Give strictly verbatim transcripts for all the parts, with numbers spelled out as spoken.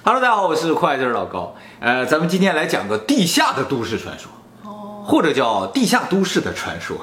Hello， 大家好，我是快字老高。呃，咱们今天来讲个地下的都市传说，哦，或者叫地下都市的传说。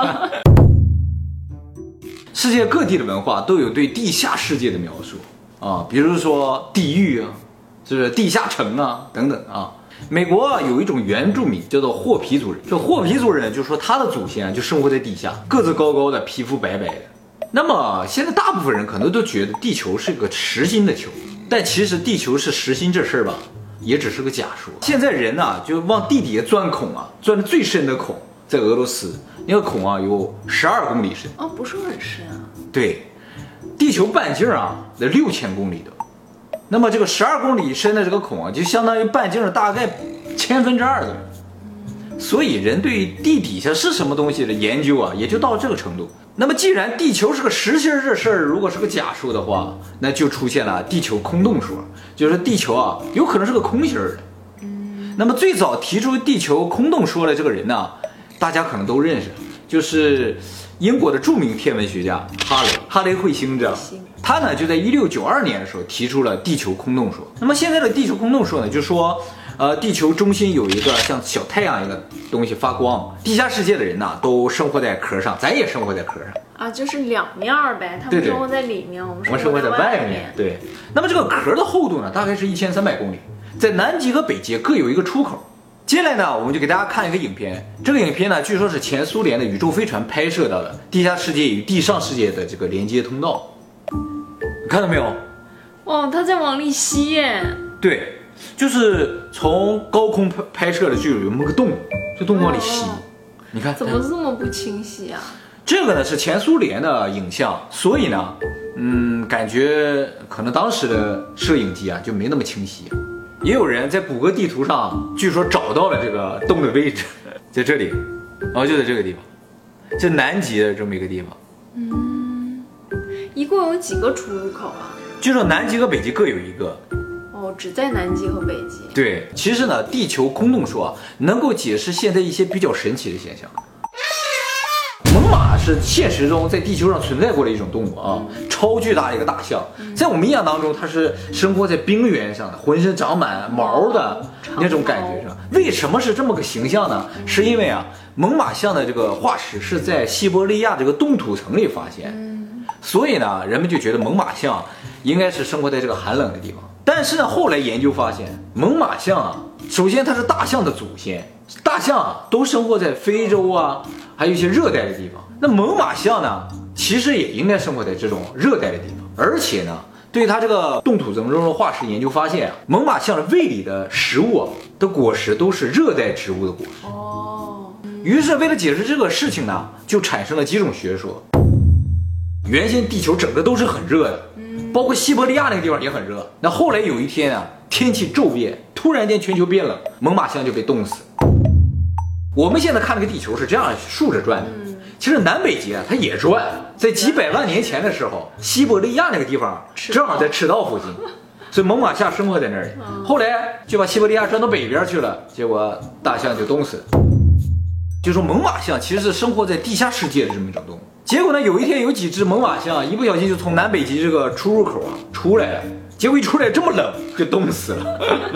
世界各地的文化都有对地下世界的描述啊，比如说地狱啊，就是地下城啊等等啊。美国啊有一种原住民叫做霍皮族人，这霍皮族人就说他的祖先就生活在地下，个子高高的，皮肤白白的。那么现在大部分人可能都觉得地球是个实心的球。但其实地球是实心这事儿吧，也只是个假说。现在人啊，就往地底下钻孔啊，钻的最深的孔在俄罗斯，那个孔啊有十二公里深。 哦，不是很深啊。对， 地球半径啊得六千公里的，那么这个十二公里深的这个孔啊，就相当于半径大概千分之二的。所以人对于地底下是什么东西的研究啊，也就到这个程度。那么既然地球是个实心这事儿，如果是个假说的话，那就出现了地球空洞说，就是地球啊有可能是个空心儿的。嗯，那么最早提出地球空洞说的这个人呢，大家可能都认识，就是英国的著名天文学家哈雷，哈雷彗星知道。他呢就在一六九二年的时候提出了地球空洞说。那么现在的地球空洞说呢，就说呃地球中心有一个像小太阳一个东西发光，地下世界的人呢都生活在壳上，咱也生活在壳上啊，就是两面呗，他们生活在里面， 对对， 我们生活在外面。 面对，那么这个壳的厚度呢，大概是一千三百公里，在南极和北极各有一个出口。接下来呢，我们就给大家看一个影片。这个影片呢，据说是前苏联的宇宙飞船拍摄到的地下世界与地上世界的这个连接通道。你看到没有？ 哇，它在往里吸耶！ 对，就是从高空拍拍摄的，就有那么个洞，这洞往里吸。哦、你看， 怎么这么不清晰啊？ 这个呢是前苏联的影像，所以呢，嗯，感觉可能当时的摄影机啊就没那么清晰。也有人在谷歌地图上，据说找到了这个洞的位置，在这里，然后就在这个地方，这南极的这么一个地方。 嗯，一共有几个出入口啊？ 据说南极和北极各有一个。 哦，只在南极和北极。 对，其实呢，地球空洞说啊，能够解释现在一些比较神奇的现象。猛犸是现实中在地球上存在过的一种动物啊，超巨大的一个大象，在我们印象当中，它是生活在冰原上的，浑身长满毛的那种感觉上。为什么是这么个形象呢？是因为啊，猛犸象的这个化石是在西伯利亚这个冻土层里发现，所以呢，人们就觉得猛犸象应该是生活在这个寒冷的地方。但是呢，后来研究发现，猛犸象啊，首先它是大象的祖先，大象啊都生活在非洲啊，还有一些热带的地方。那猛犸象呢，其实也应该生活在这种热带的地方。而且呢，对它这个冻土层中的化石研究发现啊，猛犸象的胃里的食物啊的果实都是热带植物的果实。哦。于是为了解释这个事情呢，就产生了几种学说。原先地球整个都是很热的。包括西伯利亚那个地方也很热。那后来有一天啊，天气骤变，突然间全球变冷，猛犸象就被冻死。我们现在看这个地球是这样竖着转的，其实南北极啊它也转。在几百万年前的时候，西伯利亚那个地方正好在赤道附近，所以猛犸象生活在那里。后来就把西伯利亚转到北边去了，结果大象就冻死了。就说猛犸象其实是生活在地下世界的这么一种动物。结果呢，有一天有几只猛犸象一不小心就从南北极这个出入口啊出来了，结果一出来这么冷，就冻死了。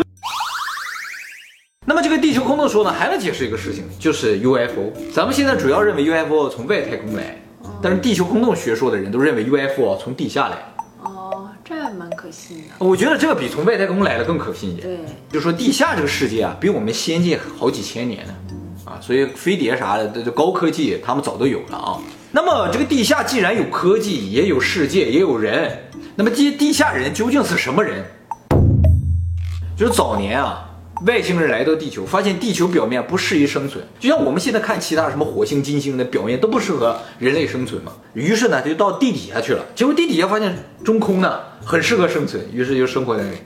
那么这个地球空洞说呢，还能解释一个事情，就是 U F O。咱们现在主要认为 U F O 从外太空来，但是地球空洞学说的人都认为 U F O 从地下来。 哦，这还蛮可信的。 我觉得这个比从外太空来的更可信一点。 对， 就说地下这个世界啊，比我们先进好几千年呢。啊，所以飞碟啥的，这高科技他们早都有了啊。那么这个地下既然有科技，也有世界，也有人，那么这些地下人究竟是什么人？就是早年啊，外星人来到地球，发现地球表面不适宜生存，就像我们现在看其他什么火星、金星的表面都不适合人类生存嘛。于是呢，他就到地底下去了，结果地底下发现中空呢，很适合生存，于是就生活在那里。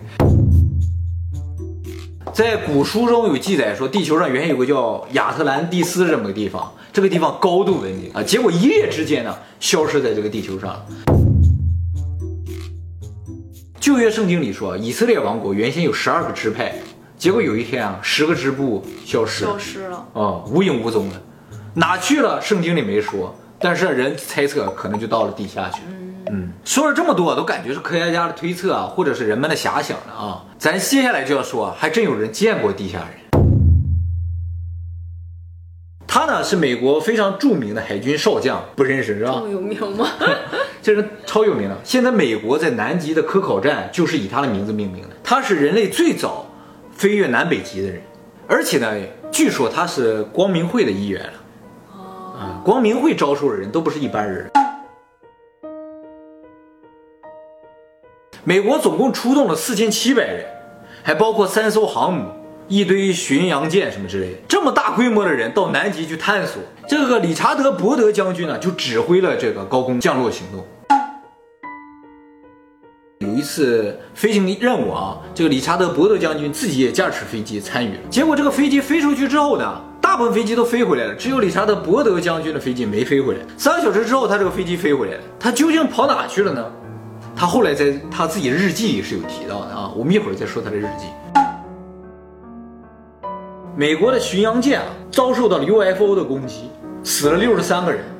在古书中有记载说，地球上原先有个叫亚特兰蒂斯这么个地方，这个地方高度文明啊，结果一夜之间呢，消失在这个地球上了。旧约圣经里说，以色列王国原先有十二个支派，结果有一天啊，十个支部消失了， 消失了， 哦，无影无踪了，哪去了？圣经里没说，但是人猜测可能就到了地下去。嗯， 嗯，说了这么多，都感觉是科学家的推测啊，或者是人们的遐想了啊。咱接下来就要说，还真有人见过地下人。他呢是美国非常著名的海军少将，不认识是吧？ 这么有名吗？ 这人超有名的。现在美国在南极的科考站就是以他的名字命名的。他是人类最早飞越南北极的人，而且呢，据说他是光明会的一员了。哦、啊，光明会招收的人都不是一般人。美国总共出动了四千七百人，还包括三艘航母、一堆巡洋舰什么之类的。这么大规模的人到南极去探索，这个理查德·伯德将军呢，就指挥了这个高空降落行动。有一次飞行任务啊，这个理查德·伯德将军自己也驾驶飞机参与了。结果这个飞机飞出去之后呢，大部分飞机都飞回来了，只有理查德·伯德将军的飞机没飞回来。三个小时之后，他这个飞机飞回来了，他究竟跑哪去了呢？他后来在他自己的日记里是有提到的啊，我们一会儿再说他的日记。美国的巡洋舰啊，遭受到了 U F O 的攻击，死了六十三个人。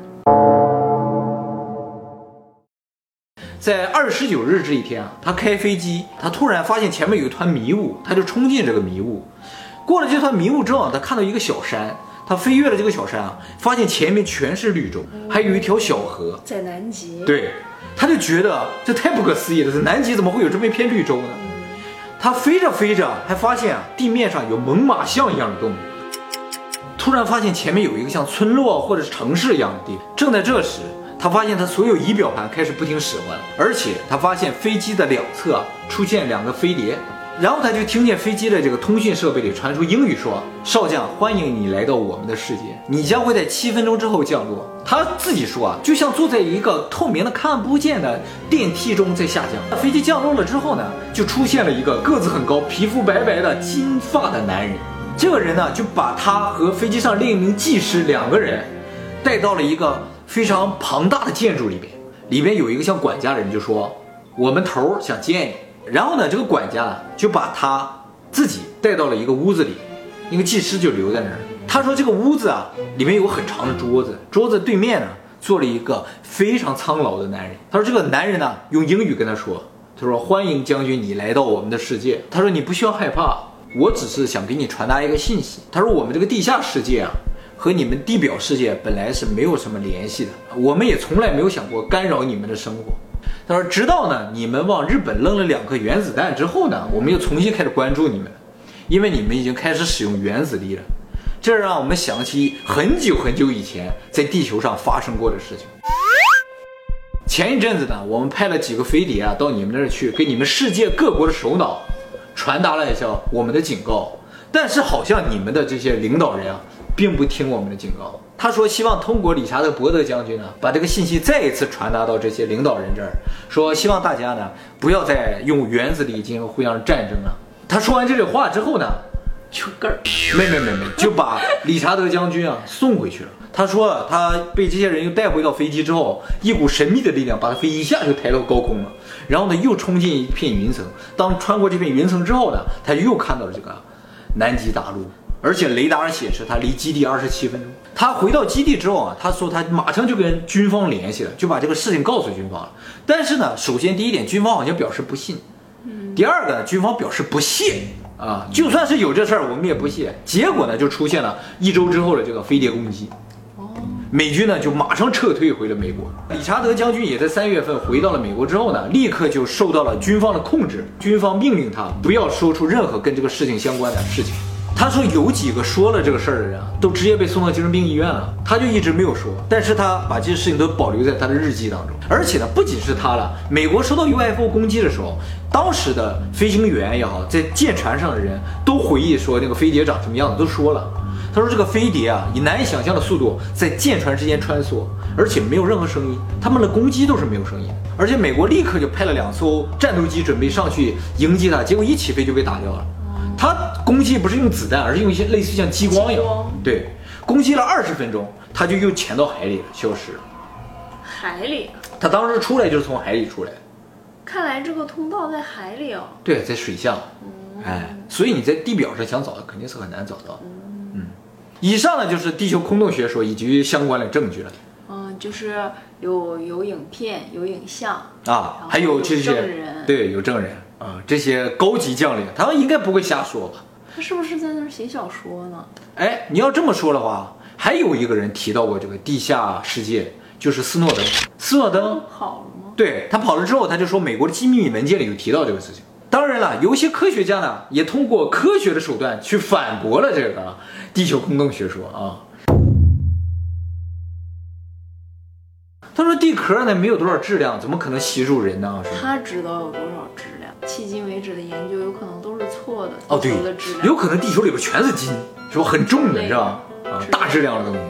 在二月十九日这一天啊，他开飞机，他突然发现前面有一团迷雾，他就冲进这个迷雾。过了这团迷雾之后，他看到一个小山，他飞越了这个小山啊，发现前面全是绿洲，还有一条小河。 在南极。 对，他就觉得这太不可思议了，在南极怎么会有这么一片绿洲呢？他飞着飞着，还发现啊，地面上有猛犸象一样的动物。突然发现前面有一个像村落或者是城市一样的地方。正在这时，他发现他所有仪表盘开始不听使唤了，而且他发现飞机的两侧啊出现两个飞碟。然后他就听见飞机的这个通讯设备里传出英语说：“少将，欢迎你来到我们的世界，你将会在七分钟之后降落。”他自己说啊，就像坐在一个透明的看不见的电梯中在下降。飞机降落了之后呢，就出现了一个个子很高、皮肤白白的金发的男人。这个人呢，就把他和飞机上另一名技师两个人带到了一个非常庞大的建筑里边，里边有一个像管家的人就说：“我们头想见你。”然后呢，这个管家就把他自己带到了一个屋子里，那个技师就留在那儿。他说这个屋子啊，里面有很长的桌子，桌子对面呢坐了一个非常苍老的男人。他说这个男人呢用英语跟他说，他说：“欢迎将军你来到我们的世界。”他说你不需要害怕，我只是想给你传达一个信息。他说我们这个地下世界啊和你们地表世界本来是没有什么联系的，我们也从来没有想过干扰你们的生活。他说直到呢你们往日本扔了两颗原子弹之后呢，我们又重新开始关注你们，因为你们已经开始使用原子力了。这让我们想起很久很久以前在地球上发生过的事情。前一阵子呢，我们派了几个飞碟啊到你们那儿去，给你们世界各国的首脑传达了一下我们的警告，但是好像你们的这些领导人啊并不听我们的警告。他说希望通过理查德·伯德将军呢，把这个信息再一次传达到这些领导人这儿，说希望大家呢不要再用原子力进行互相战争了。他说完这句话之后呢，就根儿没没没没就把理查德将军啊送回去了。他说他被这些人又带回到飞机之后，一股神秘的力量把他飞机一下就抬到高空了，然后呢又冲进一片云层。当穿过这片云层之后呢，他又看到了这个南极大陆，而且雷达上显示他离基地二十七分钟。他回到基地之后啊，他说他马上就跟军方联系了，就把这个事情告诉军方了。但是呢，首先第一点，军方好像表示不信；第二个呢，军方表示不屑啊，就算是有这事儿，我们也不屑。结果呢，就出现了一周之后的这个飞碟攻击。美军呢就马上撤退回了美国。理查德将军也在三月份回到了美国之后呢，立刻就受到了军方的控制，军方命令他不要说出任何跟这个事情相关的事情。他说有几个说了这个事儿的人啊，都直接被送到精神病医院了，他就一直没有说，但是他把这些事情都保留在他的日记当中。而且呢，不仅是他了，美国受到 U F O 攻击的时候，当时的飞行员也好，在舰船上的人都回忆说那个飞碟长什么样子，都说了。他说这个飞碟啊，以难以想象的速度在舰船之间穿梭，而且没有任何声音，他们的攻击都是没有声音的。而且美国立刻就派了两艘战斗机准备上去迎击它，结果一起飞就被打掉了。他攻击不是用子弹，而是用一些类似像激光一样，对，攻击了二十分钟，他就又潜到海里了，消失了。 海里？ 他当时出来就是从海里出来。 看来这个通道在海里哦。 对，在水下。嗯、哎，所以你在地表上想找到肯定是很难找到。嗯，以上呢就是地球空洞学说以及相关的证据了。 嗯， 就是有有影片，有影像啊，还有这些证人， 对，有证人啊，这些高级将领，他们应该不会瞎说吧？ 他是不是在那儿写小说呢？ 哎，你要这么说的话，还有一个人提到过这个地下世界，就是斯诺登。斯诺登跑了吗？ 对，他跑了之后，他就说美国的机密文件里有提到这个事情。当然了，有些科学家呢，也通过科学的手段去反驳了这个地球空洞学说啊。他说地壳呢没有多少质量，怎么可能吸入人呢？是他知道有多少质量？迄今为止的研究有可能都是错的。 哦，对，有可能地球里边全是金，是吧？很重的，是吧？啊，大质量的东西。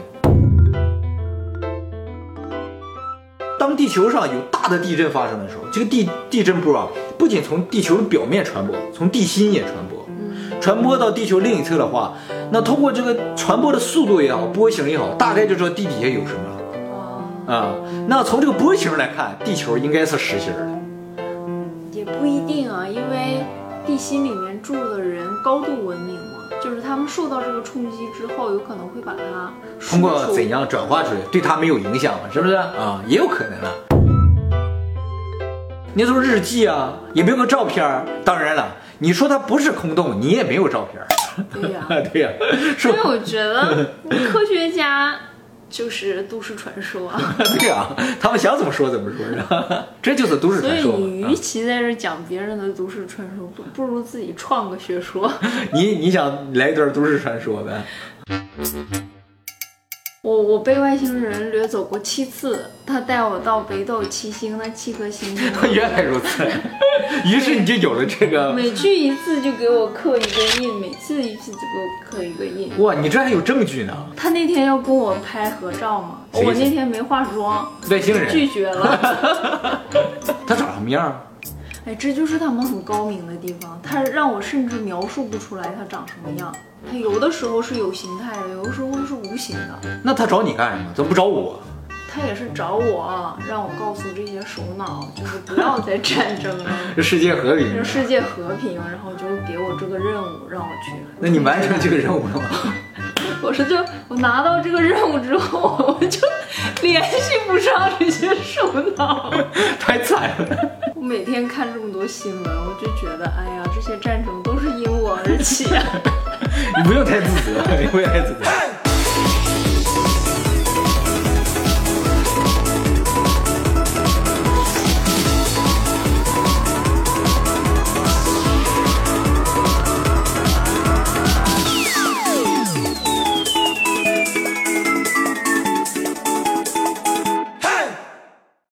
当地球上有大的地震发生的时候，这个地地震波啊，不仅从地球的表面传播，从地心也传播。嗯，传播到地球另一侧的话，那通过这个传播的速度也好，波形也好，大概就知道地底下有什么了。啊，那从这个波形来看，地球应该是实心的。 也不一定啊，因为地心里面住的人高度文明嘛，就是他们受到这个冲击之后，有可能会把它通过怎样转化出来，对它没有影响了，是不是啊？也有可能啊。你说日记啊，也没有个照片，当然了，你说它不是空洞，你也没有照片。 对呀、 啊，对呀、啊。 所以我觉得科学家。就是都市传说啊， 对啊，他们想怎么说怎么说，是吧？这就是都市传说。 所以你与其在这讲别人的都市传说，不不如自己创个学说。 你你想来一段都市传说呗？ 我我被外星人掠走过七次，他带我到北斗七星那七颗星星。 原来如此，于是你就有了这个。 每去一次就给我刻一个印，每次一次就给我刻一个印。 哇，你这还有证据呢？ 他那天要跟我拍合照嘛，我那天没化妆， 外星人拒绝了。 他长什么样？ 哎，这就是他们很高明的地方，他让我甚至描述不出来他长什么样。他有的时候是有形态的，有的时候是无形的。 那他找你干什么？怎么不找我？ 他也是找我，让我告诉这些首脑，就是不要再战争了， 这世界和平， 世界和平，然后就给我这个任务让我去。 那你完成这个任务了吗？ 我说就我拿到这个任务之后，我就联系不上这些首脑， 太惨了。 我每天看这么多新闻，我就觉得，哎呀，这些战争都是因我而起啊。 你不用太自责，你不用太自责。